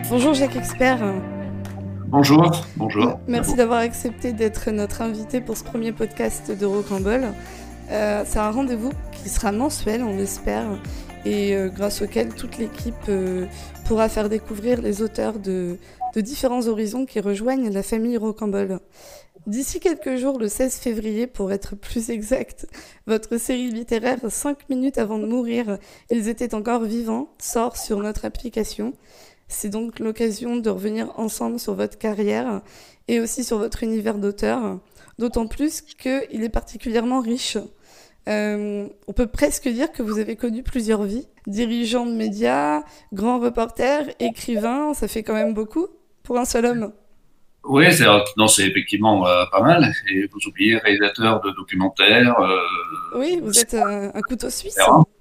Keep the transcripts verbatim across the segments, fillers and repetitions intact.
Bonjour Jacques Expert. Bonjour, bonjour. Merci d'avoir accepté d'être notre invité pour ce premier podcast de Rocambole. Euh, c'est un rendez-vous qui sera mensuel, on l'espère, et euh, grâce auquel toute l'équipe euh, pourra faire découvrir les auteurs de, de différents horizons qui rejoignent la famille Rocambole. D'ici quelques jours, le seize février, pour être plus exact, votre série littéraire cinq minutes avant de mourir, ils étaient encore vivants, sort sur notre application. C'est donc l'occasion de revenir ensemble sur votre carrière et aussi sur votre univers d'auteur, d'autant plus qu'il est particulièrement riche. Euh, on peut presque dire que vous avez connu plusieurs vies. Dirigeant de médias, grand reporter, écrivain, ça fait quand même beaucoup pour un seul homme. Oui, c'est, non, c'est effectivement euh, pas mal. Et vous oubliez réalisateur de documentaires. Euh, oui, vous êtes un, un couteau suisse.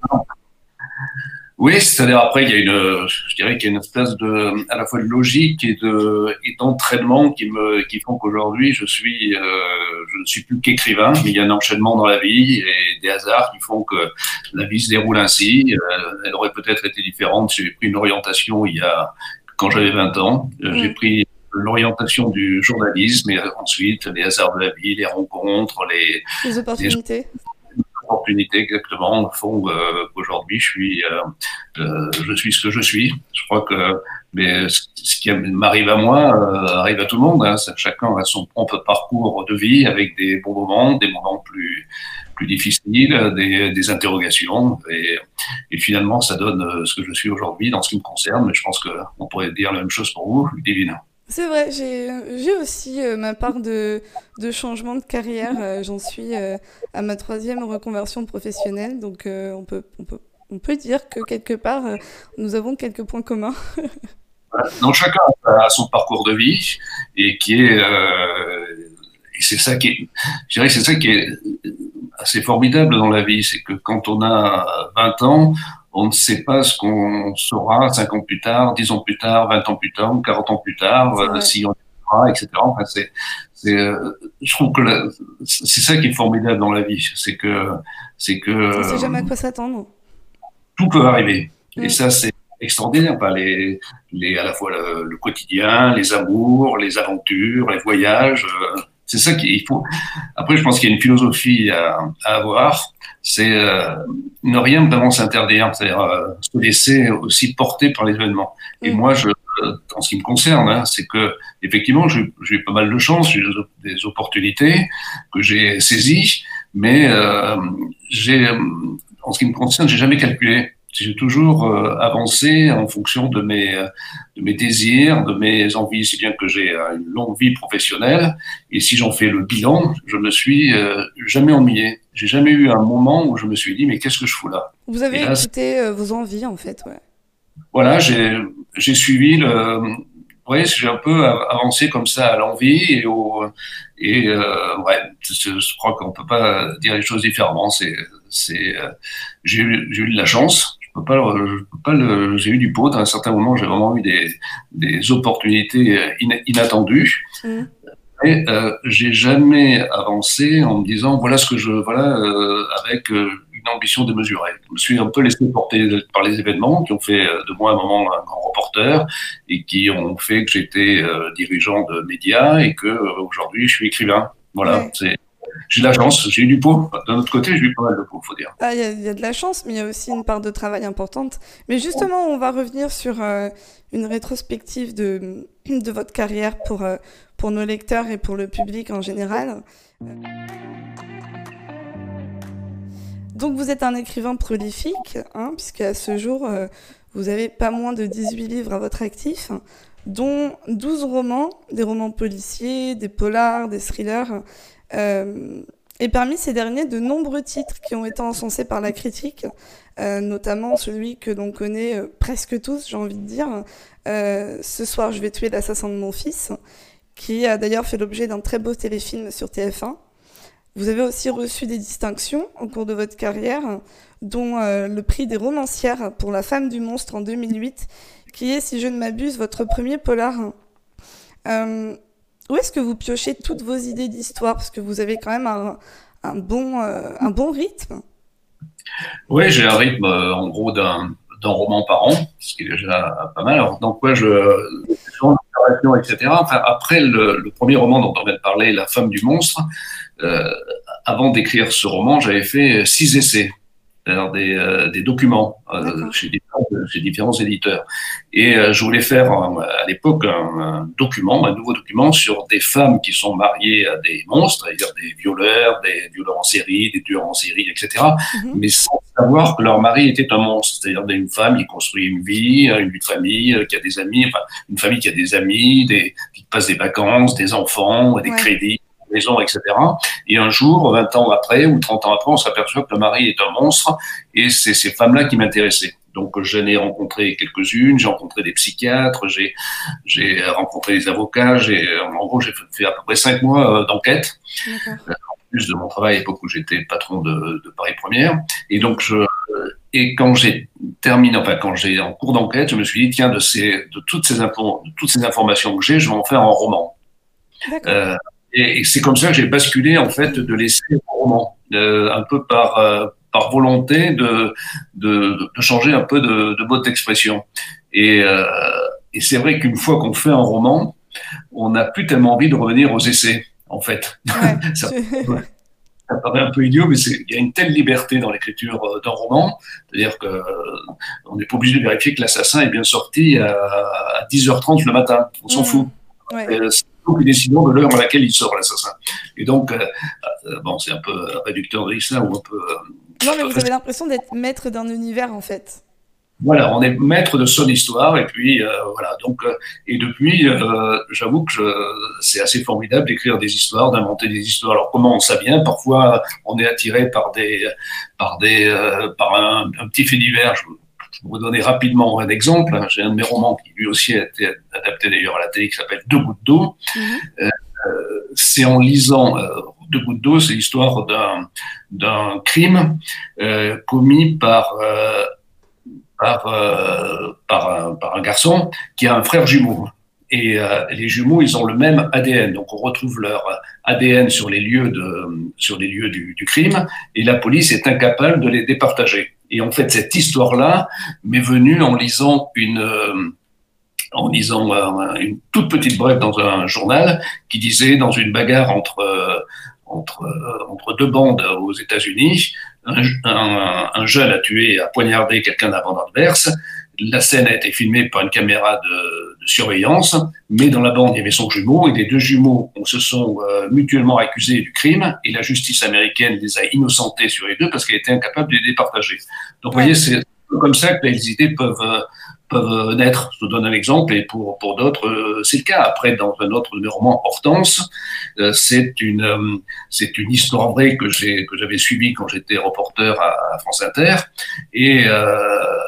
Oui, c'est-à-dire après, il y a une, je dirais qu'il y a une espèce de, à la fois de logique et de, et d'entraînement qui me, qui font qu'aujourd'hui, je suis, euh, je ne suis plus qu'écrivain, mais il y a un enchaînement dans la vie et des hasards qui font que la vie se déroule ainsi. Euh, elle aurait peut-être été différente si j'avais pris une orientation il y a, quand j'avais vingt ans. Euh, mmh. J'ai pris l'orientation du journalisme et ensuite les hasards de la vie, les rencontres, les, les opportunités. Les opportunités exactement font euh, qu'aujourd'hui je suis euh, euh, je suis ce que je suis. Je crois que mais ce qui m'arrive à moi euh, arrive à tout le monde. Hein. Chacun a son propre parcours de vie avec des bons moments, des moments plus plus difficiles, des, des interrogations et, et finalement ça donne ce que je suis aujourd'hui dans ce qui me concerne. Mais je pense que on pourrait dire la même chose pour vous, Ludivine. C'est vrai, j'ai, j'ai aussi euh, ma part de, de changement de carrière. Euh, j'en suis euh, à ma troisième reconversion professionnelle, donc euh, on, peut, on, peut, on peut dire que quelque part, euh, nous avons quelques points communs. Donc chacun a son parcours de vie et qui est, euh, et c'est ça qui est, je dirais que c'est ça qui est assez formidable dans la vie, c'est que quand on a vingt ans, on ne sait pas ce qu'on saura cinq ans plus tard, dix ans plus tard, vingt ans plus tard, quarante ans plus tard, euh, si on y sera, et cetera. Enfin, c'est, c'est, euh, je trouve que la, c'est ça qui est formidable dans la vie, c'est que, c'est que. On ne sait jamais à quoi s'attendre. Tout peut arriver, mmh. Et ça c'est extraordinaire. Enfin, les, les, à la fois le, le quotidien, les amours, les aventures, les voyages. Euh, c'est ça qu'il faut. Après, je pense qu'il y a une philosophie à, à avoir. C'est euh, ne rien vraiment s'interdire, c'est-à-dire euh, se laisser aussi porter par les événements. Et mmh. moi, je, en ce qui me concerne, hein, c'est que effectivement, j'ai, j'ai eu pas mal de chance, j'ai eu des, des opportunités que j'ai saisies, mais euh, j'ai, en ce qui me concerne, j'ai jamais calculé. J'ai toujours euh, avancé en fonction de mes, de mes désirs, de mes envies, si bien que j'ai une longue vie professionnelle. Et si j'en fais le bilan, je me suis euh, jamais ennuyé. J'ai jamais eu un moment où je me suis dit, mais qu'est-ce que je fous là? Vous avez là, écouté euh, vos envies, en fait, ouais. Voilà, j'ai, j'ai suivi le... Ouais, j'ai un peu avancé comme ça à l'envie et au... Et euh, ouais, je, je crois qu'on peut pas dire les choses différemment. C'est... c'est euh, j'ai, eu, j'ai eu de la chance. Je peux pas, je peux pas le, j'ai eu du pot. À un certain moment, j'ai vraiment eu des, des opportunités inattendues. Mmh. Et euh, j'ai jamais avancé en me disant voilà ce que je voilà euh, avec euh, une ambition démesurée. Je me suis un peu laissé porter par les événements qui ont fait de moi à un moment un grand reporter et qui ont fait que j'étais euh, dirigeant de médias et que euh, aujourd'hui je suis écrivain. Voilà, ouais. c'est j'ai de la chance, j'ai eu du pot. D'un autre côté, j'ai eu pas mal de pot, faut dire. Ah, il y, y a de la chance, mais il y a aussi une part de travail importante. Mais justement, on va revenir sur euh, une rétrospective de, de votre carrière pour, euh, pour nos lecteurs et pour le public en général. Donc, vous êtes un écrivain prolifique, hein, puisque à ce jour, euh, vous avez pas moins de dix-huit livres à votre actif, dont douze romans, des romans policiers, des polars, des thrillers. Euh, et parmi ces derniers, de nombreux titres qui ont été encensés par la critique, euh, notamment celui que l'on connaît euh, presque tous, j'ai envie de dire, euh, Ce soir je vais tuer l'assassin de mon fils, qui a d'ailleurs fait l'objet d'un très beau téléfilm sur T F un. Vous avez aussi reçu des distinctions au cours de votre carrière, dont euh, le prix des romancières pour La femme du monstre en deux mille huit, qui est, si je ne m'abuse, votre premier polar. Euh, Où est-ce que vous piochez toutes vos idées d'histoire? Parce que vous avez quand même un, un, bon, euh, un bon rythme. Oui, j'ai un rythme, euh, en gros, d'un, d'un roman par an, ce qui est déjà pas mal. Alors, donc, ouais, je, et cetera. Enfin, après le, le premier roman dont on vient de parler, La femme du monstre, euh, avant d'écrire ce roman, j'avais fait six essais, c'est-à-dire des, euh, des documents euh, chez, différents, chez différents éditeurs. Et euh, je voulais faire euh, à l'époque un, un document, un nouveau document sur des femmes qui sont mariées à des monstres, c'est-à-dire des violeurs, des violeurs en série, des tueurs en série, et cetera. Mm-hmm. Mais sans savoir que leur mari était un monstre, c'est-à-dire une femme qui construit une vie, une vie de famille, qui a des amis, enfin une famille qui a des amis, des, qui passe des vacances, des enfants, des ouais. crédits. Maison, et cetera. Et un jour, vingt ans après ou trente ans après, on s'aperçoit que le mari est un monstre et c'est ces femmes-là qui m'intéressaient. Donc, j'en ai rencontré quelques-unes, j'ai rencontré des psychiatres, j'ai, j'ai rencontré des avocats, j'ai, en gros, j'ai fait à peu près cinq mois d'enquête. D'accord. En plus de mon travail à l'époque où j'étais patron de, de Paris Première. Et donc, je, et quand j'ai terminé, enfin, quand j'ai en cours d'enquête, je me suis dit, tiens, de ces, de toutes ces infos, de toutes ces informations que j'ai, je vais en faire un roman. D'accord. Euh, Et c'est comme ça que j'ai basculé, en fait, de laisser le roman, euh, un peu par, euh, par volonté de, de, de changer un peu de, de mode d'expression. Et, euh, et c'est vrai qu'une fois qu'on fait un roman, on n'a plus tellement envie de revenir aux essais, en fait. Ouais. ça, ça paraît un peu idiot, mais il y a une telle liberté dans l'écriture d'un roman, c'est-à-dire qu'on euh, n'est pas obligé de vérifier que l'assassin est bien sorti à, à dix heures trente le matin. On s'en mmh. fout. Ouais. Euh, nous qui décidons de l'heure à laquelle il sort, l'assassin. Et donc, euh, euh, bon, c'est un peu réducteur de l'islam ou un peu. Euh, non, mais vous avez l'impression d'être maître d'un univers, en fait. Voilà, on est maître de son histoire, et puis euh, voilà. Donc, euh, et depuis, euh, j'avoue que je, c'est assez formidable d'écrire des histoires, d'inventer des histoires. Alors, comment on sait bien ? Parfois, on est attiré par des, par des, euh, par un, un petit fait divers. Je, Je vais vous donner rapidement un exemple. J'ai un de mes romans qui lui aussi a été adapté d'ailleurs à la télé qui s'appelle Deux gouttes d'eau. Mmh. Euh, c'est en lisant euh, Deux gouttes d'eau, c'est l'histoire d'un, d'un crime euh, commis par, euh, par, euh, par, un, par un garçon qui a un frère jumeau. Et euh, les jumeaux, ils ont le même A D N. Donc, on retrouve leur A D N sur les lieux, de, sur les lieux du, du crime et la police est incapable de les départager. Et en fait, cette histoire-là m'est venue en lisant une, euh, en lisant euh, une toute petite brève dans un journal qui disait, dans une bagarre entre, euh, entre, euh, entre deux bandes aux États-Unis, un, un, un jeune a tué, a poignardé quelqu'un d'un bande adverse. La scène a été filmée par une caméra de, de surveillance, mais dans la bande, il y avait son jumeau, et les deux jumeaux on se sont euh, mutuellement accusés du crime, et la justice américaine les a innocentés sur les deux parce qu'elle était incapable de les départager. Donc, vous voyez, c'est comme ça que les idées peuvent, euh, peuvent naître. Je vous donne un exemple, et pour, pour d'autres, euh, c'est le cas. Après, dans un autre de mes romans, Hortense, euh, c'est une, euh, c'est une histoire vraie que j'ai, que j'avais suivie quand j'étais reporter à, à France Inter, et euh,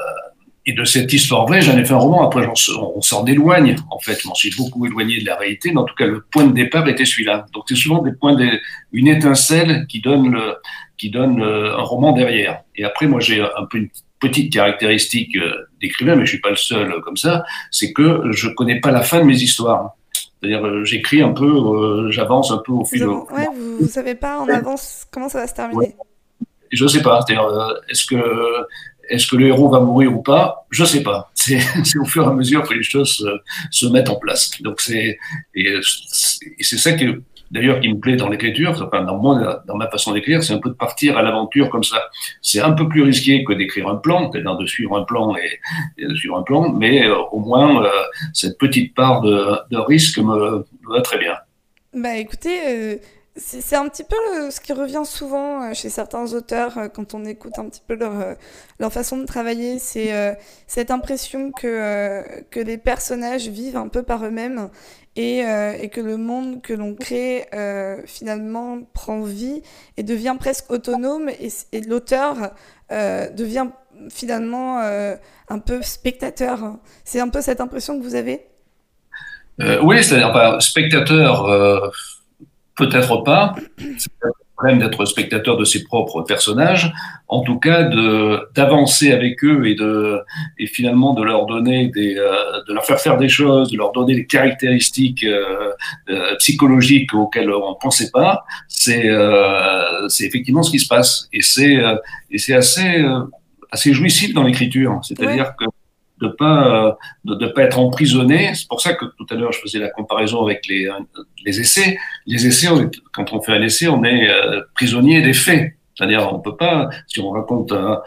Et de cette histoire vraie, j'en ai fait un roman. Après, on s'en éloigne, en fait. Je m'en suis beaucoup éloigné de la réalité, mais en tout cas, le point de départ était celui-là. Donc, c'est souvent des points de, une étincelle qui donne, le, qui donne un roman derrière. Et après, moi, j'ai un peu une petite caractéristique d'écrivain, mais je suis pas le seul comme ça, c'est que je connais pas la fin de mes histoires. C'est-à-dire, j'écris un peu, euh, j'avance un peu au fil. Vous, ouais, vous, vous savez pas en avance comment ça va se terminer. Ouais. Je sais pas. C'est-à-dire, est-ce que Est-ce que le héros va mourir ou pas ? Je sais pas. C'est, c'est au fur et à mesure que les choses se, se mettent en place. Donc c'est et, et c'est ça que d'ailleurs qui me plaît dans l'écriture, enfin dans moi, dans ma façon d'écrire, c'est un peu de partir à l'aventure comme ça. C'est un peu plus risqué que d'écrire un plan, c'est-à-dire de suivre un plan et, et de suivre un plan, mais euh, au moins euh, cette petite part de, de risque me, me va très bien. Bah écoutez. Euh... C'est, c'est un petit peu le, ce qui revient souvent chez certains auteurs euh, quand on écoute un petit peu leur, euh, leur façon de travailler. C'est euh, cette impression que, euh, que les personnages vivent un peu par eux-mêmes et, euh, et que le monde que l'on crée euh, finalement prend vie et devient presque autonome et, et l'auteur euh, devient finalement euh, un peu spectateur. C'est un peu cette impression que vous avez ? euh, Oui, c'est-à-dire enfin, spectateur... Euh... Peut-être pas, c'est le problème d'être spectateur de ses propres personnages, en tout cas de, d'avancer avec eux et, de, et finalement de leur donner des, euh, de leur faire faire des choses, de leur donner des caractéristiques euh, euh, psychologiques auxquelles on ne pensait pas, c'est, euh, c'est effectivement ce qui se passe. Et c'est, euh, et c'est assez... Euh, assez jouissif dans l'écriture. C'est-à-dire ouais. que de pas de, de pas être emprisonné. C'est pour ça que tout à l'heure je faisais la comparaison avec les les essais. Les essais, on est, quand on fait un essai, on est euh, prisonnier des faits. C'est-à-dire, on peut pas, si on raconte un,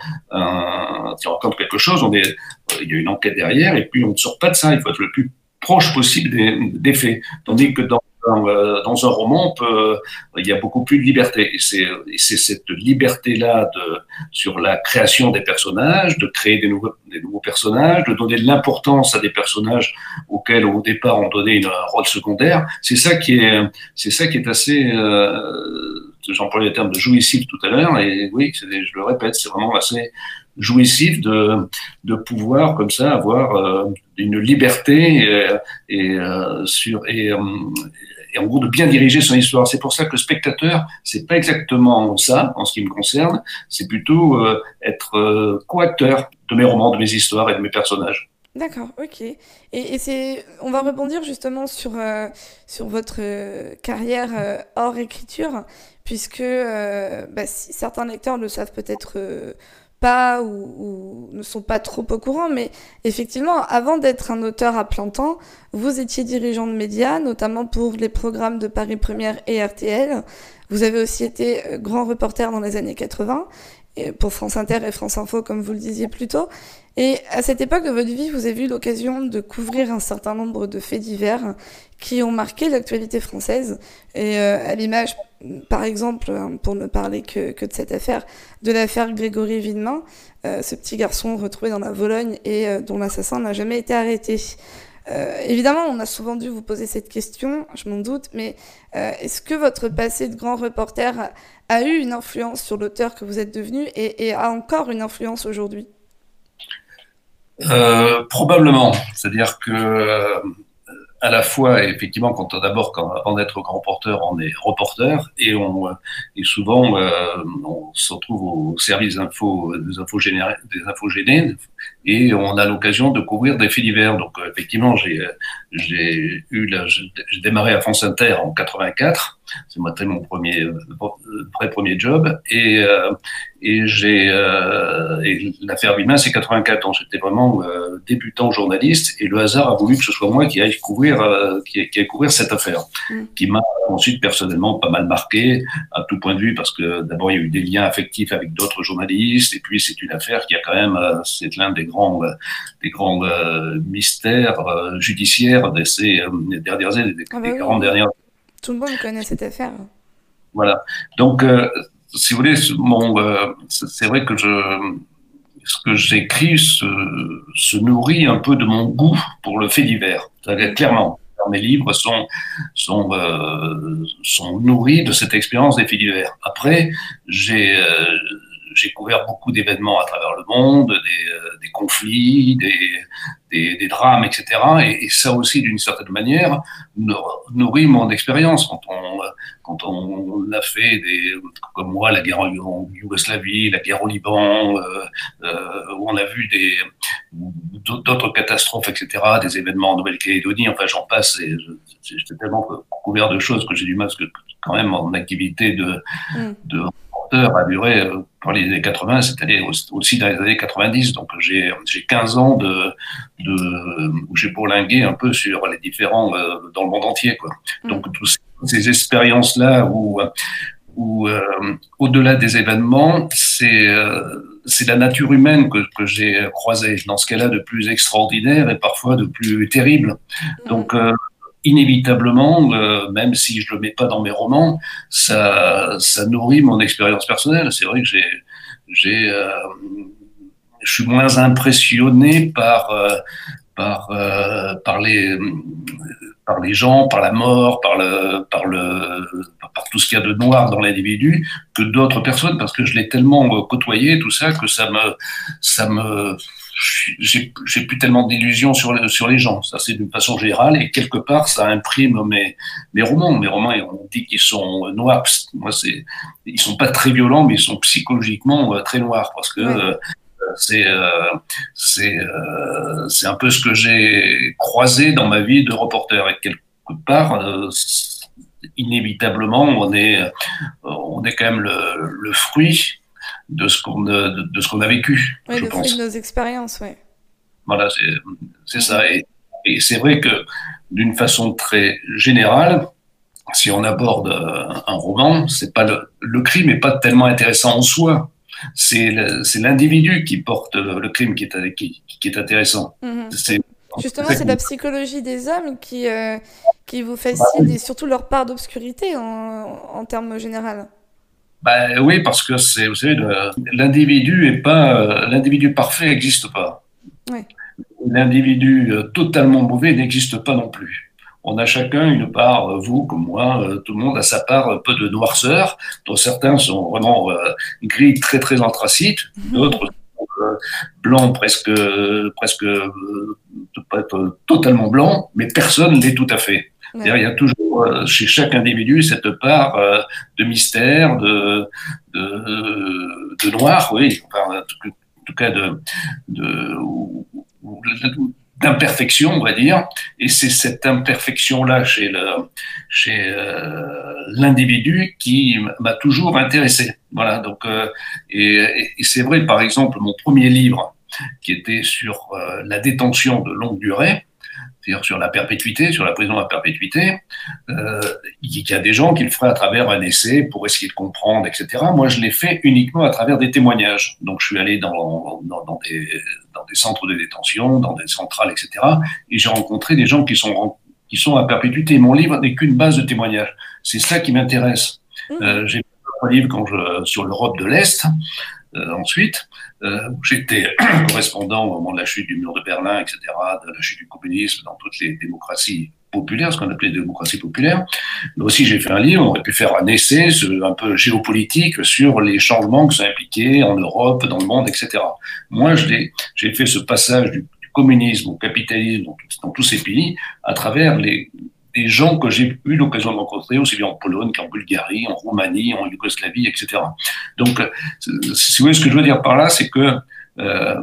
un si on raconte quelque chose, on est, il y a une enquête derrière, et puis on ne sort pas de ça. Il faut être le plus proche possible des, des faits. Tandis que dans Dans, dans un roman, on peut, il y a beaucoup plus de liberté. Et c'est, et c'est cette liberté-là de, sur la création des personnages, de créer des nouveaux, des nouveaux personnages, de donner de l'importance à des personnages auxquels, au départ, on donnait une, un rôle secondaire. C'est ça qui est, c'est ça qui est assez, euh, j'emploie le terme de jouissif tout à l'heure, et oui, c'est, je le répète, c'est vraiment assez jouissif de, de pouvoir, comme ça, avoir euh, une liberté et, et, euh, sur, et, euh, et en gros de bien diriger son histoire. C'est pour ça que le spectateur, c'est pas exactement ça en ce qui me concerne, c'est plutôt euh, être euh, co-acteur de mes romans, de mes histoires et de mes personnages. D'accord, ok. Et, et c'est, on va rebondir justement sur, euh, sur votre euh, carrière euh, hors écriture, puisque euh, bah, si certains lecteurs le savent peut-être euh, pas ou, ou ne sont pas trop au courant, mais effectivement, avant d'être un auteur à plein temps, vous étiez dirigeant de médias, notamment pour les programmes de Paris Première et R T L. Vous avez aussi été grand reporter dans les années quatre-vingts, pour France Inter et France Info, comme vous le disiez plus tôt. Et à cette époque de votre vie, vous avez eu l'occasion de couvrir un certain nombre de faits divers qui ont marqué l'actualité française. Et euh, à l'image, par exemple, pour ne parler que, que de cette affaire, de l'affaire Grégory Villemain, euh, ce petit garçon retrouvé dans la Vologne et euh, dont l'assassin n'a jamais été arrêté. Euh, évidemment, on a souvent dû vous poser cette question, je m'en doute, mais euh, est-ce que votre passé de grand reporter a, a eu une influence sur l'auteur que vous êtes devenu et, et a encore une influence aujourd'hui ? euh, Probablement. C'est-à-dire que euh, à la fois, effectivement, quand d'abord, quand, avant d'être grand reporter, on est reporter et on et souvent euh, on se retrouve au service info, des infos générées, des infos gênées, et on a l'occasion de couvrir des faits divers. Donc effectivement, j'ai j'ai eu la, j'ai démarré à France Inter en quatre-vingt-quatre. C'est moi mon premier vrai premier job et euh, et j'ai euh, et l'affaire Villemain c'est quatre-vingt-quatre ans. J'étais vraiment euh, débutant journaliste et le hasard a voulu que ce soit moi qui aille couvrir euh, qui, qui aille couvrir cette affaire mmh. qui m'a ensuite personnellement pas mal marqué à tout point de vue parce que d'abord il y a eu des liens affectifs avec d'autres journalistes et puis c'est une affaire qui a quand même euh, c'est l'un des grands euh, des grands euh, mystères euh, judiciaires de ces euh, dernières années des, ah bah des quarante oui. dernières. Tout le monde connaît cette affaire. Voilà. Donc, euh, si vous voulez, mon, euh, c'est vrai que je, ce que j'écris se, se nourrit un peu de mon goût pour le fait divers. Clairement, mes livres sont sont euh, sont nourris de cette expérience des faits divers. Après, j'ai euh, j'ai couvert beaucoup d'événements à travers le monde, des, euh, des conflits, des, des, des drames, et cetera. Et, et ça aussi, d'une certaine manière, nourrit mon expérience. Quand on, quand on a fait, des, comme moi, la guerre en Yougoslavie, la guerre au Liban, euh, euh, où on a vu des d'autres catastrophes, et cetera, des événements en Nouvelle-Calédonie, enfin j'en passe. Et j'étais tellement couvert de choses que j'ai du mal, parce que quand même, mon activité de, mm. de a duré euh, pour les années quatre-vingts, c'est allé aussi dans les années quatre-vingt-dix. Donc j'ai j'ai quinze ans de de où j'ai bourlingué un peu sur les différents euh, dans le monde entier quoi. Mmh. Donc toutes ces expériences là où où euh, au-delà des événements, c'est euh, c'est la nature humaine que que j'ai croisée dans ce cas-là de plus extraordinaire et parfois de plus terrible. Mmh. Donc euh, inévitablement, euh, même si je le mets pas dans mes romans, ça, ça nourrit mon expérience personnelle. C'est vrai que j'ai, j'ai, euh, je suis moins impressionné par, euh, par, euh, par les, par les gens, par la mort, par le, par le, par tout ce qu'il y a de noir dans l'individu que d'autres personnes, parce que je l'ai tellement côtoyé, tout ça, que ça me, ça me, j'ai, j'ai plus tellement d'illusions sur, sur les gens. Ça, c'est d'une façon générale. Et quelque part, ça imprime mes, mes romans. Mes romans, on dit qu'ils sont noirs. Moi, c'est, ils sont pas très violents, mais ils sont psychologiquement très noirs. Parce que ouais. euh, c'est, euh, c'est, euh, c'est un peu ce que j'ai croisé dans ma vie de reporter. Et quelque part, euh, inévitablement, on est, on est quand même le, le fruit de ce qu'on de, de ce qu'on a vécu, Oui, je le fruit pense. de nos expériences, oui. Voilà, c'est c'est Mm. ça. Et, et c'est vrai que d'une façon très générale, si on aborde euh, un roman, c'est pas le, le crime n'est pas tellement intéressant en soi. C'est le- c'est l'individu qui porte le, le crime qui est, qui, qui est intéressant. Mhm. C'est c'est Justement, ça c'est qui- la psychologie des hommes qui, euh, qui vous bah fascine oui. et surtout leur part d'obscurité en, en termes général. Bah oui, parce que c'est, vous savez, le- l'individu est pas, euh, l'individu parfait n'existe pas. Oui, L'individu euh, totalement mauvais n'existe pas non plus. On a chacun une part, euh, vous comme moi, euh, tout le monde a sa part un peu de noirceur, dont certains sont vraiment euh, gris très très anthracite, d'autres sont euh, blancs presque, euh, presque euh, pas être totalement blancs, mais personne l'est tout à fait. ouais. C'est-à-dire, il y a toujours euh, chez chaque individu cette part euh, de mystère, de, de, de noir, oui, enfin, en tout en tout cas de, de, d'imperfection, on va dire, et c'est cette imperfection-là chez le, chez euh, l'individu qui m'a toujours intéressé. Voilà, donc euh, et, et c'est vrai, par exemple, mon premier livre qui était sur euh, la détention de longue durée, c'est-à-dire sur la perpétuité, sur la prison à perpétuité. Euh, il y a des gens qui le feraient à travers un essai pour essayer de comprendre, et cetera. Moi, je l'ai fait uniquement à travers des témoignages. Donc, je suis allé dans, dans, dans, des, dans des centres de détention, dans des centrales, et cetera. Et j'ai rencontré des gens qui sont, qui sont à perpétuité. Mon livre n'est qu'une base de témoignages. C'est ça qui m'intéresse. Mhm. Euh, j'ai fait un livre quand je, sur l'Europe de l'Est. Euh, ensuite, euh, j'étais correspondant au moment de la chute du mur de Berlin, et cetera, de la chute du communisme dans toutes les démocraties populaires, ce qu'on appelait démocratie populaire. Mais aussi, j'ai fait un livre, on aurait pu faire un essai un peu géopolitique sur les changements que ça impliquait en Europe, dans le monde, et cetera. Moi, j'ai fait ce passage du, du communisme au capitalisme dans, dans tous ces pays à travers les des gens que j'ai eu l'occasion de rencontrer, aussi bien en Pologne qu'en Bulgarie, en Roumanie, en Yougoslavie, et cetera. Donc, si vous voyez ce que je veux dire par là, c'est que euh,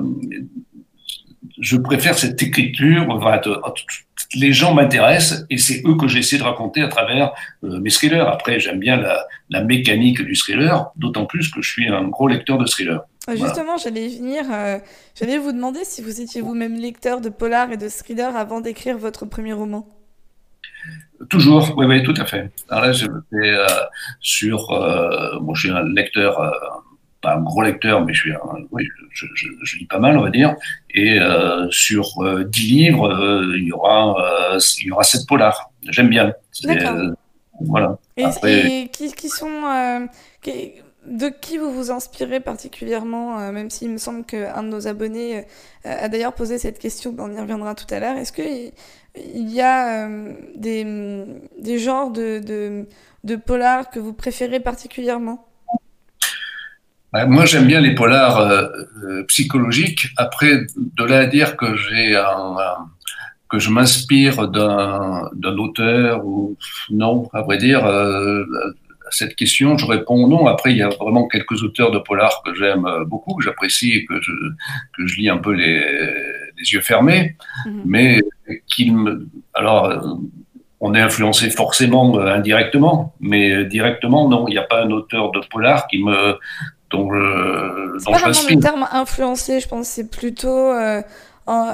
je préfère cette écriture. Enfin, les gens m'intéressent et c'est eux que j'essaie de raconter à travers euh, mes thrillers. Après, j'aime bien la, la mécanique du thriller, d'autant plus que je suis un gros lecteur de thrillers. Justement, voilà. J'allais y venir. Euh, j'allais vous demander si vous étiez vous-même lecteur de polar et de thriller avant d'écrire votre premier roman. Toujours, oui, oui, tout à fait. Alors là, j'étais euh, sur. Euh, moi, je suis un lecteur, euh, pas un gros lecteur, mais je suis un, oui, je, je, je lis pas mal, on va dire. Et euh, sur euh, dix livres, euh, il y aura, euh, il y aura sept polars. J'aime bien. D'accord. Euh, voilà. Et, Après, et qui, qui sont, euh, qui, de qui vous vous inspirez particulièrement, euh, même s'il me semble qu'un de nos abonnés euh, a d'ailleurs posé cette question, on y reviendra tout à l'heure. Est-ce qu'il il y a euh, des, des genres de, de, de polars que vous préférez particulièrement? Moi, j'aime bien les polars euh, euh, psychologiques. Après, de là à dire que j'ai un, un que je m'inspire d'un d'un auteur ou non, à vrai dire, euh, à cette question, je réponds non. Après, il y a vraiment quelques auteurs de polar que j'aime beaucoup, que j'apprécie et que je que je lis un peu les les yeux fermés, Mhm. mais qui me alors. On est influencé forcément euh, indirectement, mais directement, non. Il n'y a pas un auteur de polar qui me, dont je, C'est dont pas je vraiment le m'inspire. terme influencé, je pense, c'est plutôt euh, un,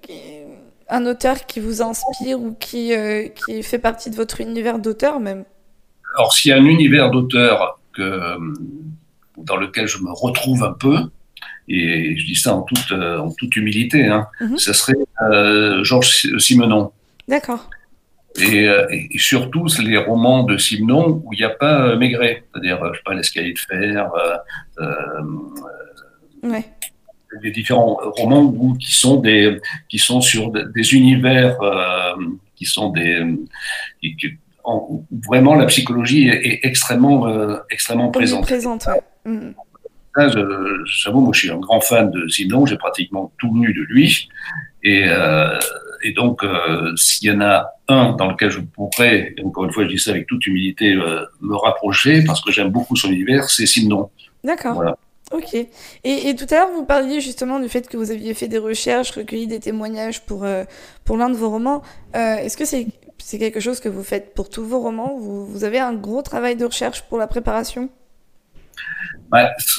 un auteur qui vous inspire ou qui, euh, qui fait partie de votre univers d'auteur même. Alors, s'il y a un univers d'auteur que, dans lequel je me retrouve un peu, et je dis ça en toute, en toute humilité, hein, Mhm. ce serait euh, Georges Simenon. D'accord. Et, et surtout les romans de Simenon où il n'y a pas Maigret, c'est-à-dire, je sais pas, l'escalier de fer, euh, euh, Ouais. les différents romans où, qui sont des qui sont sur des univers euh, qui sont des qui, en, vraiment la psychologie est, est extrêmement euh, extrêmement présente. Omniprésente, ouais. Mhm. Là, je, j'avoue, moi, je suis un grand fan de Simenon. J'ai pratiquement tout lu de lui, et euh, et donc, euh, s'il y en a un dans lequel je pourrais, et encore une fois, je dis ça avec toute humilité, euh, me rapprocher, parce que j'aime beaucoup son univers, c'est Simenon. D'accord. Voilà. Ok. Et, et tout à l'heure, vous parliez justement du fait que vous aviez fait des recherches, recueilli des témoignages pour, euh, pour l'un de vos romans. Euh, est-ce que c'est, c'est quelque chose que vous faites pour tous vos romans? Vous, vous avez un gros travail de recherche pour la préparation? Ouais,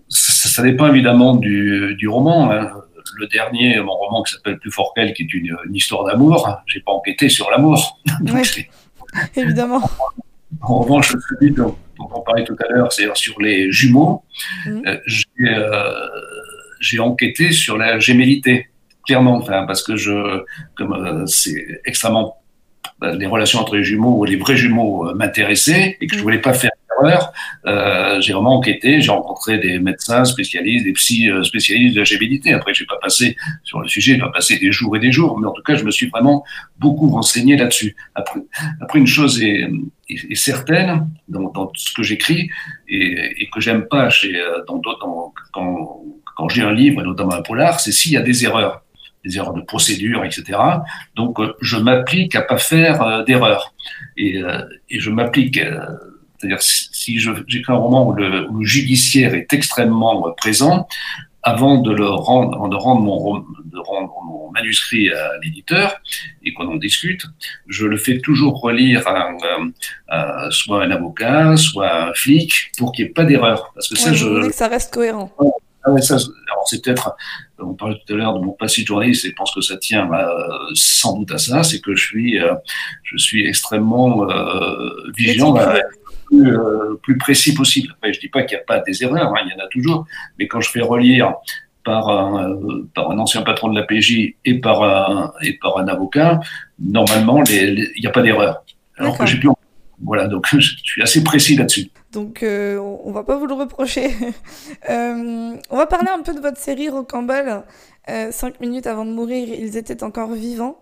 ça, ça dépend évidemment du, du roman. Hein. Le dernier, mon roman qui s'appelle Plus fort qu'elle, qui est une, une histoire d'amour, j'ai pas enquêté sur l'amour. Oui, évidemment. En revanche, celui dont, dont on parlait tout à l'heure, c'est sur les jumeaux. Mmh. Euh, j'ai, euh, j'ai enquêté sur la gémellité, clairement, enfin, parce que je, comme euh, c'est extrêmement, les relations entre les jumeaux ou les vrais jumeaux euh, m'intéressaient et que je voulais pas faire d'erreur, euh, j'ai vraiment enquêté, j'ai rencontré des médecins spécialistes, des psy euh, spécialistes de la gémellité. Après, j'ai pas passé sur le sujet, j'ai pas passé des jours et des jours, mais en tout cas, je me suis vraiment beaucoup renseigné là-dessus. Après, après une chose est, est, est certaine dans, dans ce que j'écris et, et que j'aime pas chez, dans d'autres, dans, quand, quand j'ai un livre, et notamment un polar, c'est s'il y a des erreurs. Des erreurs de procédure, et cetera. Donc, euh, je m'applique à pas faire euh, d'erreurs. Et, euh, et je m'applique, euh, c'est-à-dire si, si je, j'écris un roman où le, où le judiciaire est extrêmement euh, présent, avant de le rendre, avant de rendre mon, de rendre mon manuscrit à l'éditeur et qu'on en discute, je le fais toujours relire à, à, à soit un avocat, soit un flic, pour qu'il n'y ait pas d'erreur. Parce que ouais, ça, vous je voulez que ça reste cohérent. Ah ouais, ça, alors c'est peut-être, on parlait tout à l'heure de mon passé de journaliste et je pense que ça tient bah, sans doute à ça, c'est que je suis, euh, je suis extrêmement euh, vigilant à être plus, euh, plus précis possible. Après, je dis pas qu'il n'y a pas des erreurs, hein, il y en a toujours, mais quand je fais relire par un, euh, par un ancien patron de la P J et par un, et par un avocat, normalement, les, les, il n'y a pas d'erreur. Alors D'accord. que j'ai pu... Voilà, donc je suis assez précis là-dessus. Donc, euh, on va pas vous le reprocher. euh, on va parler un peu de votre série Rocambole. Euh, cinq minutes avant de mourir, ils étaient encore vivants.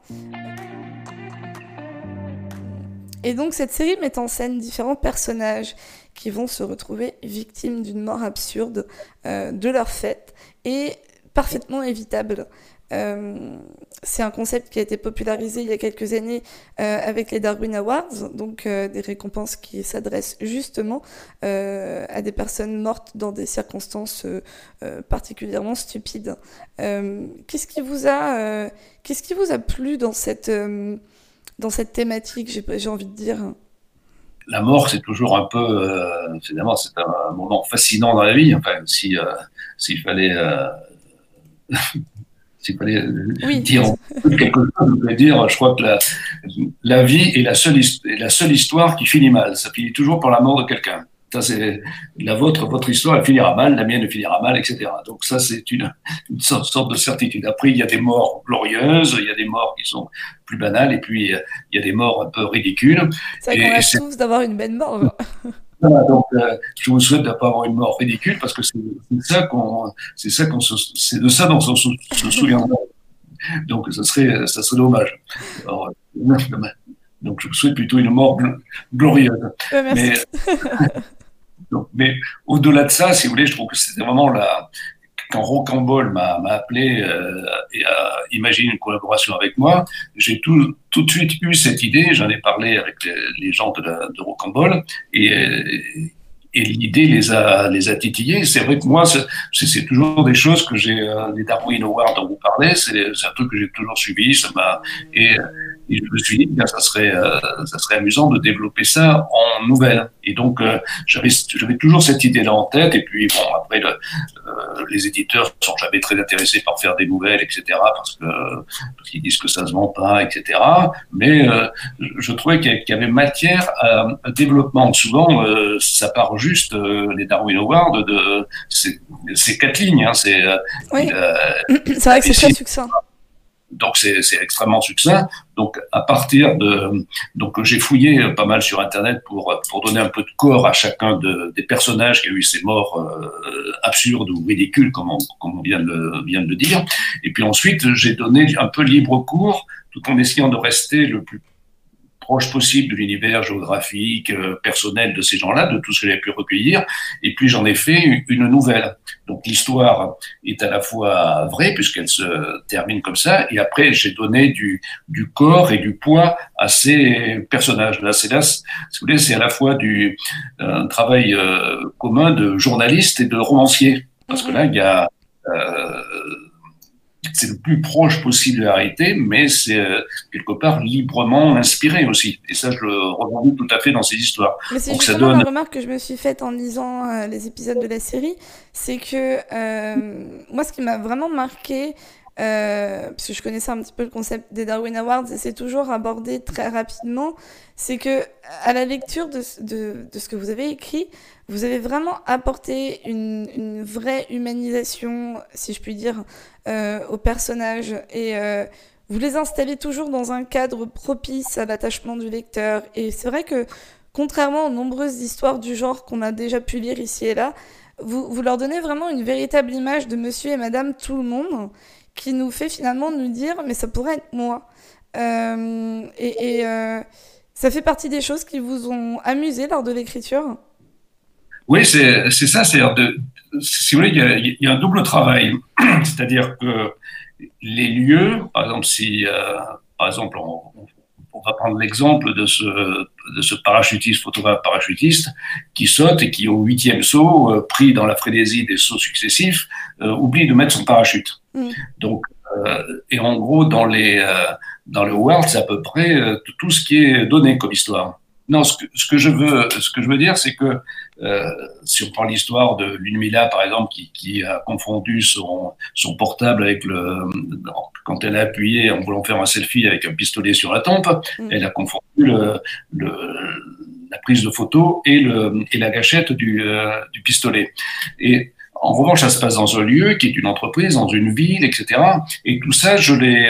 Et donc, cette série met en scène différents personnages qui vont se retrouver victimes d'une mort absurde euh, de leur fait et parfaitement évitable. Euh, c'est un concept qui a été popularisé il y a quelques années euh, avec les Darwin Awards, donc euh, des récompenses qui s'adressent justement euh, à des personnes mortes dans des circonstances euh, euh, particulièrement stupides. Euh, qu'est-ce qui vous a, euh, qu'est-ce qui vous a plu dans cette, euh, dans cette thématique, j'ai, j'ai envie de dire? La mort, c'est toujours un peu, euh, finalement, c'est un, un moment fascinant dans la vie. Enfin, si, euh, s'il fallait euh, s'il fallait oui. dire quelque chose, je voulais dire, je crois que la, la vie est la, seule, est la seule histoire qui finit mal. Ça finit toujours par la mort de quelqu'un. Ça, c'est la vôtre, votre histoire, elle finira mal, la mienne, elle finira mal, et cetera. Donc ça, c'est une, une sorte de certitude. Après, il y a des morts glorieuses, il y a des morts qui sont plus banales, et puis il y a des morts un peu ridicules. C'est vrai qu'on rêve tous d'avoir une belle mort. Voilà, donc euh, je vous souhaite de ne pas avoir une mort ridicule parce que c'est ça qu'on, c'est ça qu'on, se, c'est de ça dont on se, se souviendra. Donc ça serait, ça serait dommage. Alors, donc je vous souhaite plutôt une mort glorieuse. Euh, merci. Mais, donc, mais au-delà de ça, si vous voulez, je trouve que c'était vraiment la. Quand Rocambole m'a, m'a appelé euh, et a imaginé une collaboration avec moi, j'ai tout, tout de suite eu cette idée. J'en ai parlé avec les, les gens de, la, de Rocambole et, et l'idée les a, les a titillés. C'est vrai que moi, c'est, c'est toujours des choses que j'ai, euh, les Darwin Awards dont vous parlez, c'est, c'est un truc que j'ai toujours suivi. Ça m'a, et, et je me suis dit, bien, ça serait, euh, ça serait amusant de développer ça en nouvelle. Et donc, euh, j'avais, j'avais toujours cette idée-là en tête. Et puis, bon, après, le, euh, les éditeurs sont jamais très intéressés par faire des nouvelles, et cetera, parce que parce qu'ils disent que ça se vend pas, et cetera. Mais euh, je trouvais qu'il y avait matière à un développement. Souvent, euh, ça part juste euh, les Darwin Awards de, c'est, c'est quatre lignes. Hein, c'est. Oui. Euh, c'est vrai que c'est très succinct. Donc c'est, c'est extrêmement succinct. Donc à partir de, donc j'ai fouillé pas mal sur Internet pour pour donner un peu de corps à chacun de, des personnages qui ont eu ces morts euh, absurdes ou ridicules, comme on, comme on vient de vient de le dire. Et puis ensuite j'ai donné un peu libre cours, tout en essayant de rester le plus proche possible de l'univers géographique, euh, personnel de ces gens-là, de tout ce que j'ai pu recueillir. Et puis j'en ai fait une nouvelle. Donc l'histoire est à la fois vraie, puisqu'elle se termine comme ça, et après j'ai donné du, du corps et du poids à ces personnages. Là, c'est là, si vous voulez, c'est à la fois du, un travail euh, commun de journaliste et de romancier. Parce que là, il y a... Euh, c'est le plus proche possible de la réalité, mais c'est euh, quelque part librement inspiré aussi. Et ça, je le revendique tout à fait dans ces histoires. Mais c'est Donc ça justement donne... la remarque que je me suis faite en lisant euh, les épisodes de la série, c'est que euh, moi, ce qui m'a vraiment marqué, euh, parce que je connaissais un petit peu le concept des Darwin Awards, et c'est toujours abordé très rapidement, c'est que à la lecture de, de, de ce que vous avez écrit, vous avez vraiment apporté une, une vraie humanisation, si je puis dire, euh, aux personnages, et euh, vous les installez toujours dans un cadre propice à l'attachement du lecteur. Et c'est vrai que, contrairement aux nombreuses histoires du genre qu'on a déjà pu lire ici et là, vous, vous leur donnez vraiment une véritable image de monsieur et madame tout le monde, qui nous fait finalement nous dire, mais ça pourrait être moi. Euh, et et euh, ça fait partie des choses qui vous ont amusé lors de l'écriture. Oui, c'est c'est ça. C'est de, si vous voulez, il y a, il y a un double travail. C'est-à-dire que les lieux, par exemple, si, euh, par exemple, on, on va prendre l'exemple de ce, de ce parachutiste, photographe parachutiste, qui saute et qui, au huitième saut, euh, pris dans la frénésie des sauts successifs, euh, oublie de mettre son parachute. Mm. Donc, euh, et en gros, dans les, euh, dans le world, c'est à peu près euh, tout ce qui est donné comme histoire. Non, ce que, ce que je veux, ce que je veux dire, c'est que euh, si on prend l'histoire de Ludmilla, par exemple, qui, qui a confondu son, son portable avec le, quand elle a appuyé en voulant faire un selfie avec un pistolet sur la tempe, mm. elle a confondu le, le, la prise de photo et, le, et la gâchette du, euh, du pistolet. Et en revanche, ça se passe dans un lieu qui est une entreprise, dans une ville, et cetera. Et tout ça, je l'ai,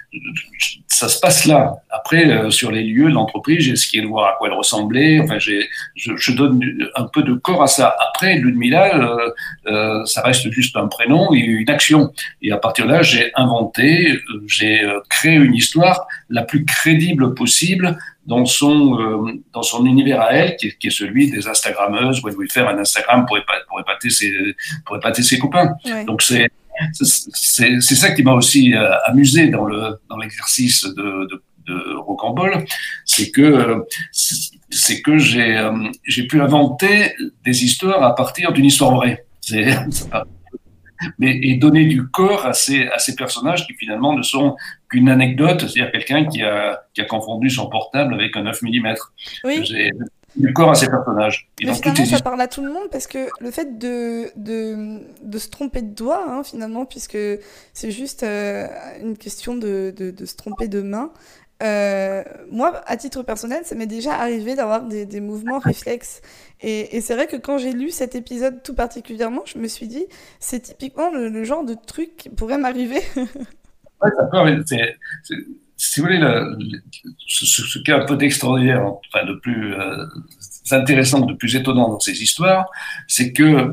ça se passe là. Après, euh, sur les lieux de l'entreprise, j'ai essayé de voir à quoi elle ressemblait. Enfin, j'ai, je, je donne un peu de corps à ça. Après, Ludmilla, euh, euh, ça reste juste un prénom et une action. Et à partir de là, j'ai inventé, j'ai créé une histoire la plus crédible possible dans son, euh, dans son univers à elle, qui est, qui est celui des Instagrammeuses, où elle voulait faire un Instagram pour épater, pour épater, ses, pour épater ses copains. Ouais. Donc c'est, c'est, c'est ça qui m'a aussi euh, amusé dans, le, dans l'exercice de, de, de Rocambole, c'est que, c'est que j'ai, euh, j'ai pu inventer des histoires à partir d'une histoire vraie. C'est, c'est pas, mais et donner du corps à ces, à ces personnages qui finalement ne sont qu'une anecdote, c'est-à-dire quelqu'un qui a, qui a confondu son portable avec un neuf millimètres. Oui. J'ai du corps à ces personnages. Et mais finalement, ça parle à tout le monde parce que le fait de, de, de se tromper de doigt, hein, finalement, puisque c'est juste euh, une question de, de, de se tromper de main, Euh, moi, à titre personnel, ça m'est déjà arrivé d'avoir des, des mouvements réflexes. Et, et c'est vrai que quand j'ai lu cet épisode tout particulièrement, je me suis dit, c'est typiquement le, le genre de truc qui pourrait m'arriver. Ouais, d'accord. C'est, c'est, si vous voulez, le, le, ce, ce qui est un peu d'extraordinaire, enfin de plus euh, intéressant, de plus étonnant dans ces histoires, c'est que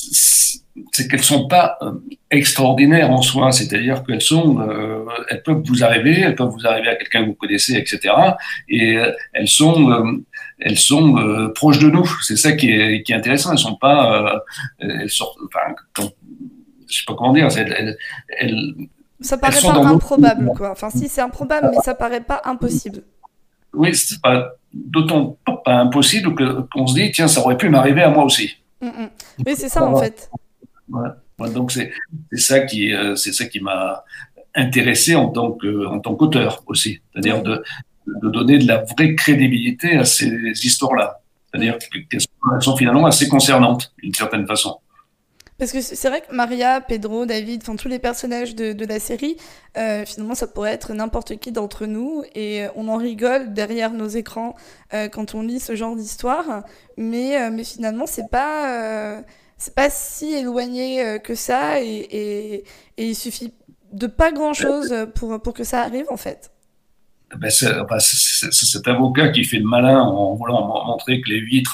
c'est qu'elles sont pas euh, extraordinaires en soi, c'est-à-dire qu'elles sont, euh, elles peuvent vous arriver, elles peuvent vous arriver à quelqu'un que vous connaissez, et cetera. Et euh, elles sont, euh, elles sont euh, proches de nous. C'est ça qui est, qui est intéressant. Elles sont pas, euh, elles sortent, enfin, quand, je sais pas comment dire, elles, elles, elles ça paraît pas improbable, nos... quoi. Enfin, si c'est improbable, mais ça paraît pas impossible. Oui, c'est pas d'autant pas impossible que qu'on se dit tiens, ça aurait pu m'arriver à moi aussi. Mm-mm. Oui, c'est ça en fait. Voilà. Voilà, donc c'est c'est ça qui euh, c'est ça qui m'a intéressé en tant que en tant qu'auteur aussi, c'est-à-dire oui. de de donner de la vraie crédibilité à ces histoires-là, c'est-à-dire oui. qu'elles sont, elles sont finalement assez concernantes d'une certaine façon. Parce que c'est vrai que Maria, Pedro, David, enfin tous les personnages de, de la série, euh, finalement ça pourrait être n'importe qui d'entre nous et on en rigole derrière nos écrans euh, quand on lit ce genre d'histoire, mais, euh, mais finalement c'est pas, euh, c'est pas si éloigné euh, que ça et, et, et il suffit de pas grand-chose pour, pour que ça arrive en fait. Ben c'est, enfin, c'est, c'est cet avocat qui fait le malin en voulant montrer que les vitres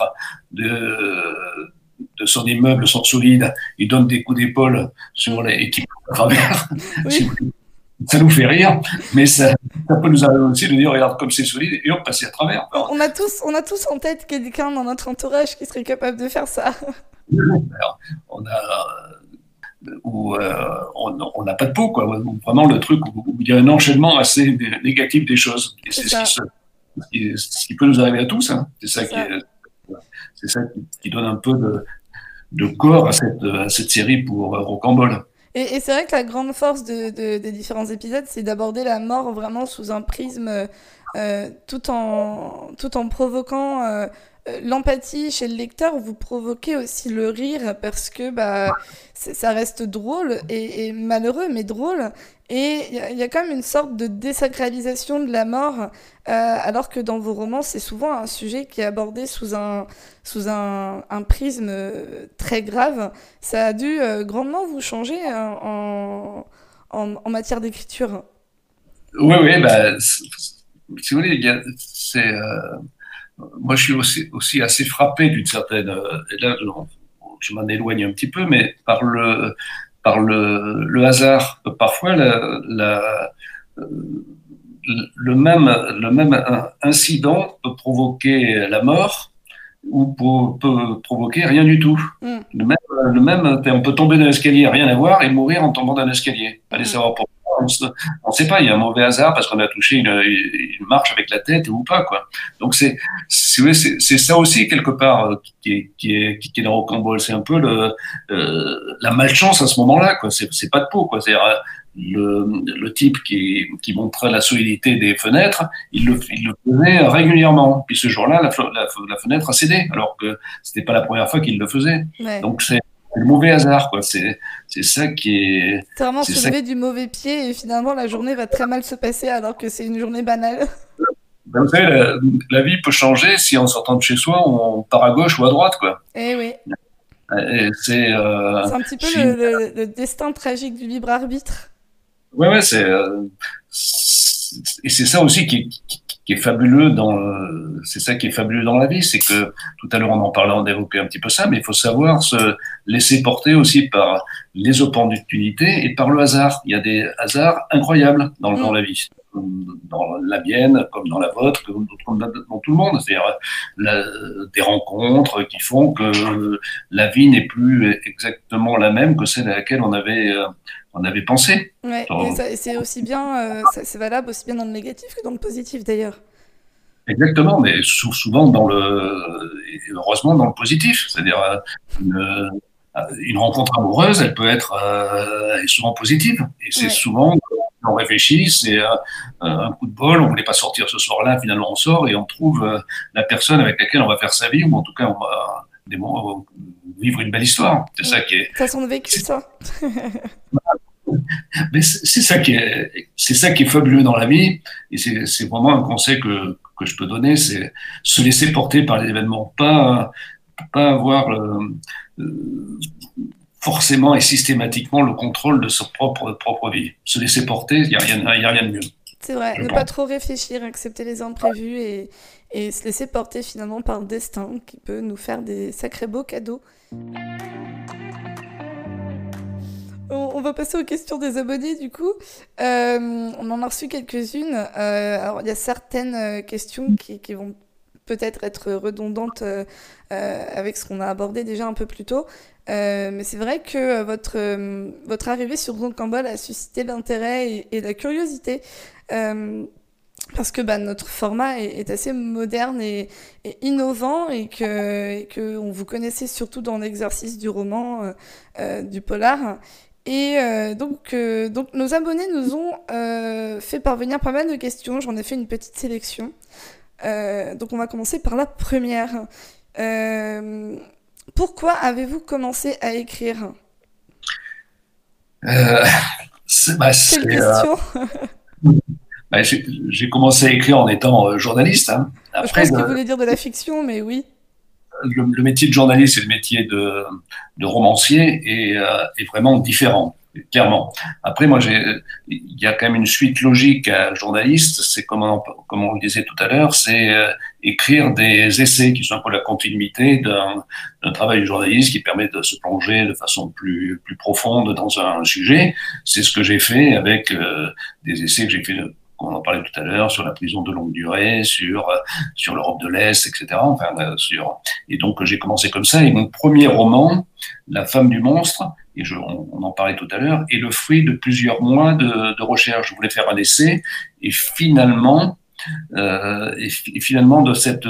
de de son immeuble sont solides, il donne des coups d'épaule sur les équipes à travers. Oui. Ça nous fait rire, mais ça, ça peut nous arriver aussi de dire regarde comme c'est solide et hop, passer à travers. On a tous, on a tous en tête quelqu'un dans notre entourage qui serait capable de faire ça. Alors, on a où euh, on n'a pas de peau, quoi. Vraiment le truc où, où il y a un enchaînement assez négatif des choses. Et c'est, c'est ce, qui, ce qui peut nous arriver à tous. Hein. C'est ça, c'est qui ça. est c'est ça qui, qui donne un peu de, de corps à cette, à cette série pour Rocambole. Et, et c'est vrai que la grande force de, de- des différents épisodes, c'est d'aborder la mort vraiment sous un prisme euh, tout en, tout en provoquant euh, euh, l'empathie chez le lecteur. Vous provoquez aussi le rire parce que bah, c'est- ça reste drôle et, et malheureux, mais drôle. Et il y, a il y a quand même une sorte de désacralisation de la mort, euh, alors que dans vos romans, c'est souvent un sujet qui est abordé sous un, sous un, un prisme euh, très grave. Ça a dû euh, grandement vous changer euh, en, en, en matière d'écriture. Oui, oui, bah, c'est- si vous voulez, il y a- c'est, euh, moi je suis aussi, aussi assez frappé d'une certaine, euh, et là je, je m'en éloigne un petit peu, mais par le, par le, le hasard. Parfois, la, la, le même, le même incident peut provoquer la mort ou peut, peut provoquer rien du tout. Mm, Le même, le même, on peut tomber d'un escalier, rien à voir, et mourir en tombant d'un escalier. Allez mm. savoir pourquoi. On ne sait pas, il y a un mauvais hasard parce qu'on a touché une, une marche avec la tête ou pas, quoi. Donc c'est c'est c'est ça aussi quelque part euh, qui est qui est qui est dans Rocambole, c'est un peu le euh, la malchance à ce moment-là, quoi. C'est c'est pas de peau, quoi. C'est le, le type qui, qui montrait la solidité des fenêtres, il le, il le faisait régulièrement. Puis ce jour-là, la, la, la fenêtre a cédé, alors que c'était pas la première fois qu'il le faisait. Ouais. Donc c'est le mauvais hasard, quoi. C'est c'est ça qui est. C'est vraiment C'est se ça. lever du mauvais pied et finalement la journée va très mal se passer alors que c'est une journée banale. Ben, vous savez, la, la vie peut changer si en sortant de chez soi, on part à gauche ou à droite, quoi. Eh oui, Et c'est. Euh, c'est un petit peu si, le, le- le destin tragique du libre arbitre. Ouais, ouais, c'est, euh, c'est- et c'est ça aussi qui est, qui, qui est fabuleux dans, euh, c'est ça qui est fabuleux dans la vie, c'est que tout à l'heure on en parlait, on évoquait un petit peu ça, mais il faut savoir se laisser porter aussi par les opportunités et par le hasard. Il y a des hasards incroyables dans, dans Mm. la vie, dans la mienne, comme dans la vôtre, comme dans, dans tout le monde. C'est-à-dire la- des rencontres qui font que la vie n'est plus exactement la même que celle à laquelle on avait, euh, on avait pensé. Ouais, et, Donc, ça- et c'est aussi bien, euh, ça- c'est valable aussi bien dans le négatif que dans le positif d'ailleurs. exactement, mais sou- souvent dans le, et heureusement dans le positif. C'est-à-dire euh, une, euh, une rencontre amoureuse, elle peut être euh, est souvent positive. Et c'est Ouais. souvent, on réfléchit, c'est euh, un coup de bol, on voulait pas sortir ce soir-là, finalement on sort et on trouve euh, la personne avec laquelle on va faire sa vie, ou en tout cas on va, des moments, vivre une belle histoire. C'est Mm. ça qui est. T'as son vécu, ça? Mais c'est c'est ça qui est, c'est ça qui est fabuleux dans la vie, et c'est c'est vraiment un conseil que que je peux donner, c'est se laisser porter par les événements, pas pas avoir le, euh, forcément et systématiquement le contrôle de sa propre propre vie. Se laisser porter, il y a rien, il y a rien de mieux, C'est vrai, je ne pas pense. trop réfléchir, accepter les imprévus et, et se laisser porter finalement par le destin qui peut nous faire des sacrés beaux cadeaux. On, on va passer aux questions des abonnés du coup. Euh, on en a reçu quelques-unes. Euh, alors il y a certaines euh, questions qui, qui vont peut-être être redondantes euh, euh, avec ce qu'on a abordé déjà un peu plus tôt. Euh, mais c'est vrai que euh, votre, euh, votre arrivée sur Rocambole a suscité l'intérêt et, et la curiosité. Euh, parce que bah, notre format est, est assez moderne et, et innovant et que, et que on vous connaissait surtout dans l'exercice du roman, euh, euh, du polar. Et euh, donc, euh, donc nos abonnés nous ont euh, fait parvenir pas mal de questions. J'en ai fait une petite sélection. Euh, donc on va commencer par la première. Euh, pourquoi avez-vous commencé à écrire? Euh, c'est, bah, Quelle c'est, euh, question? bah, j'ai j'ai commencé à écrire en étant euh, journaliste, hein. Je Après, pense qu'il le, voulait dire de la fiction, mais oui. le, le métier de journaliste et le métier de, de romancier est, euh, est vraiment différent, clairement. Après, moi, j'ai, il y a quand même une suite logique à journaliste. C'est comme on, comme on le disait tout à l'heure, c'est euh, écrire des essais qui sont un peu la continuité d'un, d'un travail de journaliste qui permet de se plonger de façon plus, plus profonde dans un sujet. C'est ce que j'ai fait avec euh, des essais que j'ai fait, on en parlait tout à l'heure, sur la prison de longue durée, sur euh, sur l'Europe de l'Est, et cetera. Enfin, euh, sur et donc j'ai commencé comme ça. Et mon premier roman, La femme du monstre, et je, on, on en parlait tout à l'heure, est le fruit de plusieurs mois de, de recherche. Je voulais faire un essai, et finalement, euh, et, et finalement de cette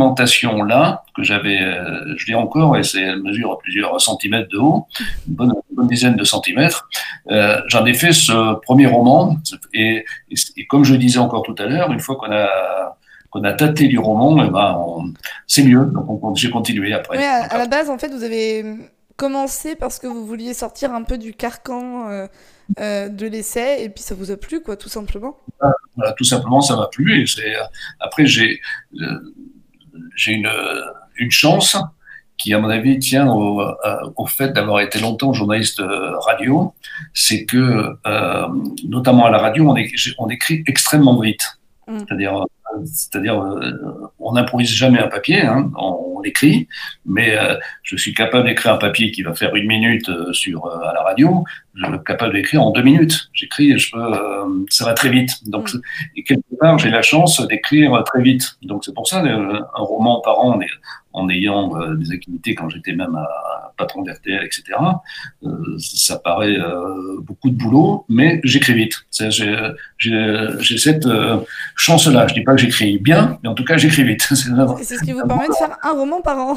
documentation là que j'avais, euh, je l'ai encore, et c'est, elle mesure plusieurs centimètres de haut, une bonne, une dizaine de centimètres. Euh, j'en ai fait ce premier roman, et, et, et comme je disais encore tout à l'heure, une fois qu'on a qu'on a tâté du roman, eh ben, on- c'est mieux. Donc on- j'ai continué après. Ouais, à, à Encore. la base, en fait, vous avez commencé parce que vous vouliez sortir un peu du carcan euh, euh, de l'essai, et puis ça vous a plu, quoi, tout simplement. Voilà, tout simplement, ça m'a plu. Et c'est, après, j'ai euh, j'ai une, une chance qui, à mon avis, tient au, à- au fait d'avoir été longtemps journaliste euh, radio. C'est que, euh, notamment à la radio, on, é- on écrit extrêmement vite. Mm. C'est-à-dire, euh, c'est-à-dire, euh, on n'improvise jamais un papier, hein, on, on écrit, mais euh, je suis capable d'écrire un papier qui va faire une minute euh, sur euh, à la radio. Je suis capable d'écrire en deux minutes. J'écris, je peux, euh, ça va très vite. Donc, Mm. et quelque part, j'ai la chance d'écrire très vite. Donc, c'est pour ça euh, un roman par an, en ayant euh, des activités quand j'étais même à, patron d'R T L, et cetera. Euh, ça paraît euh, beaucoup de boulot, mais j'écris vite. C'est- J'ai j'ai- j'ai cette euh, chance-là. Je dis pas que j'écris bien, mais en tout cas, j'écris vite. C'est vraiment- Et c'est ce qui vous permet de faire un roman par an.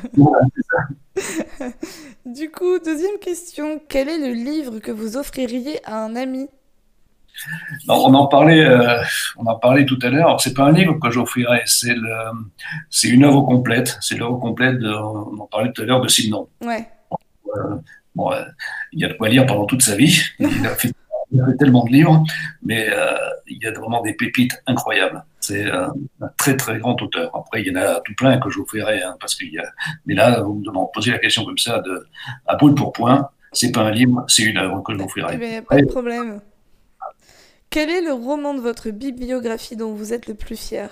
Du coup, deuxième question, quel est le livre que vous offririez à un ami? Non, on en parlait, euh, on en parlait tout à l'heure. Alors, c'est pas un livre que j'offrirais, c'est le, c'est une œuvre complète. C'est l'œuvre complète. De, on en parlait tout à l'heure de Simon. Ouais. Euh, bon, euh, il y a de quoi lire pendant toute sa vie. Il a fait, il a fait tellement de livres, mais euh, il y a vraiment des pépites incroyables. C'est euh, un très très grand auteur. Après, il y en a tout plein que j'offrirais, hein, parce qu'il y a. Mais là, vous me demandez poser la question comme ça, de à brûle pour point. C'est pas un livre, c'est une œuvre que Eh j'offrirais. bien, pas de problème. Quel est le roman de votre bibliographie dont vous êtes le plus fier?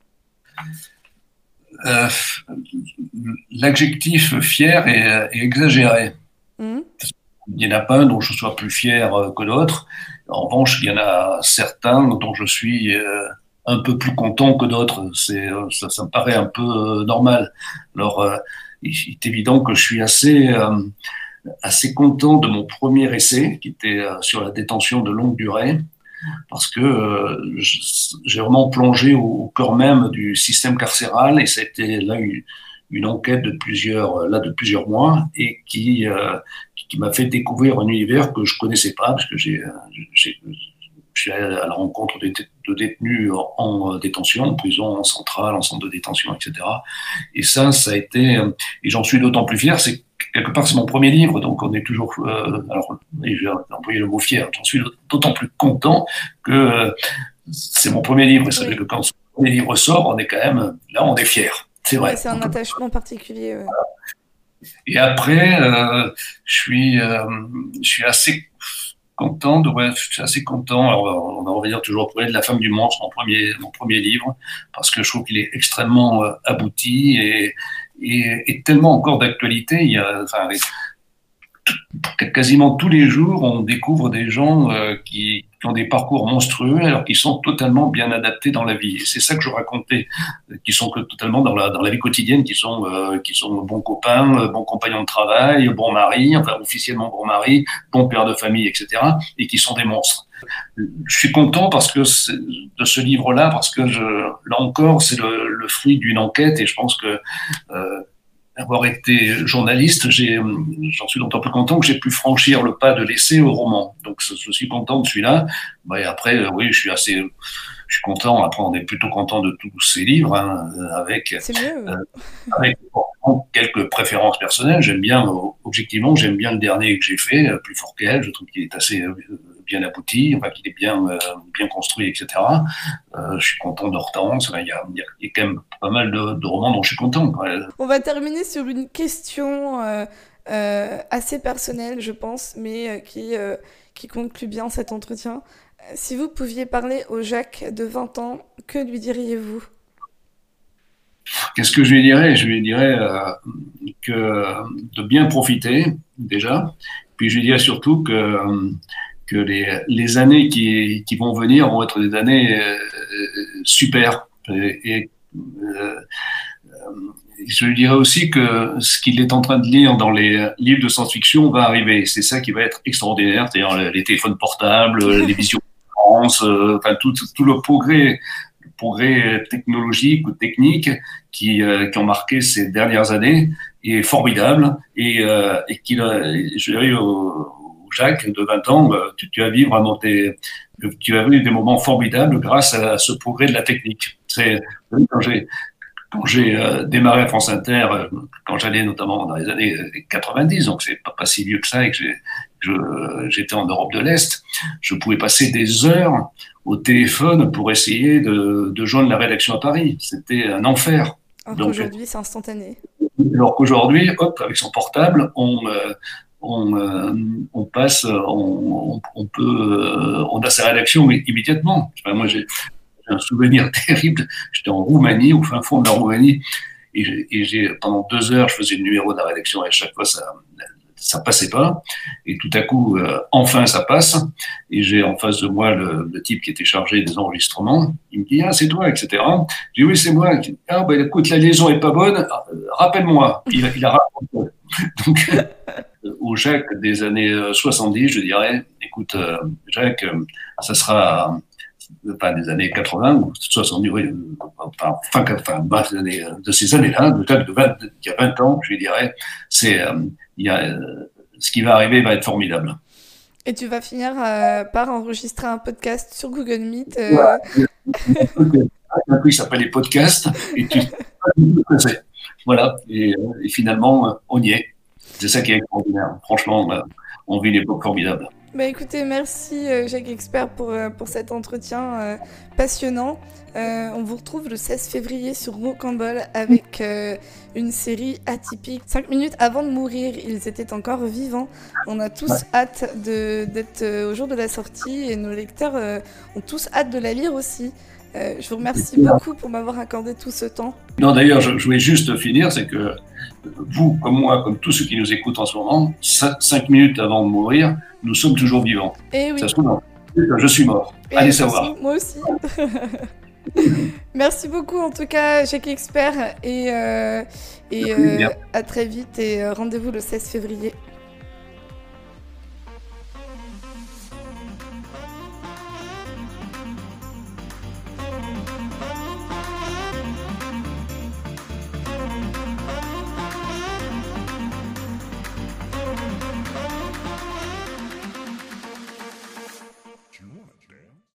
Euh, L'adjectif fier est, est exagéré. Hmm. Il n'y en a pas un dont je sois plus fier euh, que d'autres. En revanche, il y en a certains dont je suis euh, un peu plus content que d'autres. C'est, euh, ça, ça me paraît un peu euh, normal. Alors, euh, il est évident que je suis assez, euh, assez content de mon premier essai, qui était euh, sur la détention de longue durée, parce que euh, j'ai vraiment plongé au, au cœur même du système carcéral, et c'était là une, une enquête de plusieurs, là de plusieurs mois, et qui, euh, qui m'a fait découvrir un univers que je connaissais pas, parce que j'ai, j'ai, je suis allé à la rencontre de, de détenus en, en détention, en prison, en centrale, en centre de détention, et cetera. Et ça, ça a été, et j'en suis d'autant plus fier, c'est quelque part, c'est mon premier livre, donc on est toujours, euh, alors, j'ai employé le mot fier, j'en suis d'autant plus content que euh, c'est mon premier livre, et ça Oui. fait que quand ce premier livre sort, on est quand même, là, on est fier, c'est vrai. Ouais, c'est un Donc, attachement particulier. Ouais. et après, euh, je suis, euh, je suis assez content, de, ouais, je suis assez content. Alors, on va revenir toujours au projet de La Femme du monstre, mon premier, mon premier livre, parce que je trouve qu'il est extrêmement euh, abouti et, et, et tellement encore d'actualité. Il y a, enfin, quasiment tous les jours, on découvre des gens euh, qui, qui ont des parcours monstrueux, alors qu'ils sont totalement bien adaptés dans la vie. Et c'est ça que je racontais, qui sont que totalement dans la, dans la vie quotidienne, qui sont, euh, qui sont bons copains, euh, bons compagnons de travail, bons maris, enfin officiellement bons maris, bons pères de famille, et cetera, et qui sont des monstres. Je suis content parce que de ce livre-là, parce que je, là encore, c'est le, le fruit d'une enquête, et je pense que euh, avoir été journaliste, j'ai, j'en suis d'autant plus content que j'ai pu franchir le pas de l'essai au roman. Donc, je suis content de celui-là. Bah, et après, oui, je suis assez, je suis content. Après, on est plutôt content de tous ces livres, hein, avec, C'est mieux. euh, avec bon, quelques préférences personnelles. J'aime bien, objectivement, j'aime bien le dernier que j'ai fait, Plus fort qu'elle. Je trouve qu'il est assez euh, bien abouti, enfin, qu'il est bien, euh, bien construit, et cetera. Euh, je suis content d'Hortense. Enfin, il y a, il y a quand même pas mal de, de romans dont je suis content. Ouais. On va terminer sur une question euh, euh, assez personnelle, je pense, mais euh, qui, euh, qui conclut bien cet entretien. Si vous pouviez parler au Jacques de vingt ans, que lui diriez-vous? Qu'est-ce que je lui dirais? Je lui dirais euh, que de bien profiter, déjà. Puis je lui dirais surtout que, que les, les années qui, qui vont venir vont être des années euh, super. Et, et euh, je lui dirais aussi que ce qu'il est en train de lire dans les livres de science-fiction va arriver. C'est ça qui va être extraordinaire, c'est-à-dire les téléphones portables, les visioconférences, euh, enfin tout, tout le progrès, le progrès technologiques ou techniques qui, euh, qui ont marqué ces dernières années est formidable. Et, euh, et qu'il a, je dirais au, au Jacques de vingt ans, tu, tu vas vivre vraiment tes, tu vas vivre des moments formidables grâce à ce progrès de la technique. C'est quand j'ai Quand j'ai euh, démarré à France Inter, euh, quand j'allais notamment dans les années quatre-vingt-dix, donc c'est pas, pas si vieux que ça, et que j'ai, je, j'étais en Europe de l'Est, je pouvais passer des heures au téléphone pour essayer de, de joindre la rédaction à Paris. C'était un enfer. Alors donc, qu'aujourd'hui, c'est instantané. Alors qu'aujourd'hui, hop, avec son portable, on, euh, on, euh, on passe, on, on peut, euh, on a sa rédaction immédiatement. Enfin, moi, j'ai un souvenir terrible. J'étais en Roumanie, au fin fond de la Roumanie, et j'ai, et j'ai pendant deux heures, je faisais le numéro de la rédaction, et à chaque fois, ça ça passait pas. Et tout à coup, euh, enfin, ça passe. Et j'ai en face de moi le, le type qui était chargé des enregistrements. Il me dit, ah, c'est toi, et cetera. Je dis, oui, c'est moi. Dit, ah, ben, écoute, la liaison est pas bonne. Rappelle-moi. Il, il a rappelé. Donc, euh, au Jacques des années soixante-dix, je dirais, écoute, euh, Jacques, euh, ça sera enfin, des années quatre-vingts ou soixante-dix, oui, enfin, fin, enfin, bas des années, de ces années-là, de, de vingt, il y a vingt ans, je lui dirais, c'est, euh, il y a, euh, ce qui va arriver va être formidable. Et tu vas finir euh, par enregistrer un podcast sur Google Meet. Euh... Voilà. Un truc qui s'appelle les podcasts, et tu sais pas ce que c'est. Voilà, et, et finalement, on y est. C'est ça qui est extraordinaire. Franchement, on vit une époque formidable. Bah écoutez, merci euh, Jacques Expert pour, euh, pour cet entretien euh, passionnant. Euh, on vous retrouve le seize février sur Rocambole avec euh, une série atypique. Cinq minutes avant de mourir, ils étaient encore vivants. On a tous ouais. hâte de, d'être euh, au jour de la sortie et nos lecteurs euh, ont tous hâte de la lire aussi. Euh, je vous remercie beaucoup pour m'avoir accordé tout ce temps. Non, d'ailleurs, je, je voulais juste finir, c'est que vous, comme moi, comme tous ceux qui nous écoutent en ce moment, cinq minutes avant de mourir, nous sommes toujours vivants. Et oui. Ça se trouve, je suis mort. Et allez savoir. Moi aussi. Merci beaucoup en tout cas, Jacques Expert, et, euh, et euh, à très vite et euh, rendez-vous le seize février.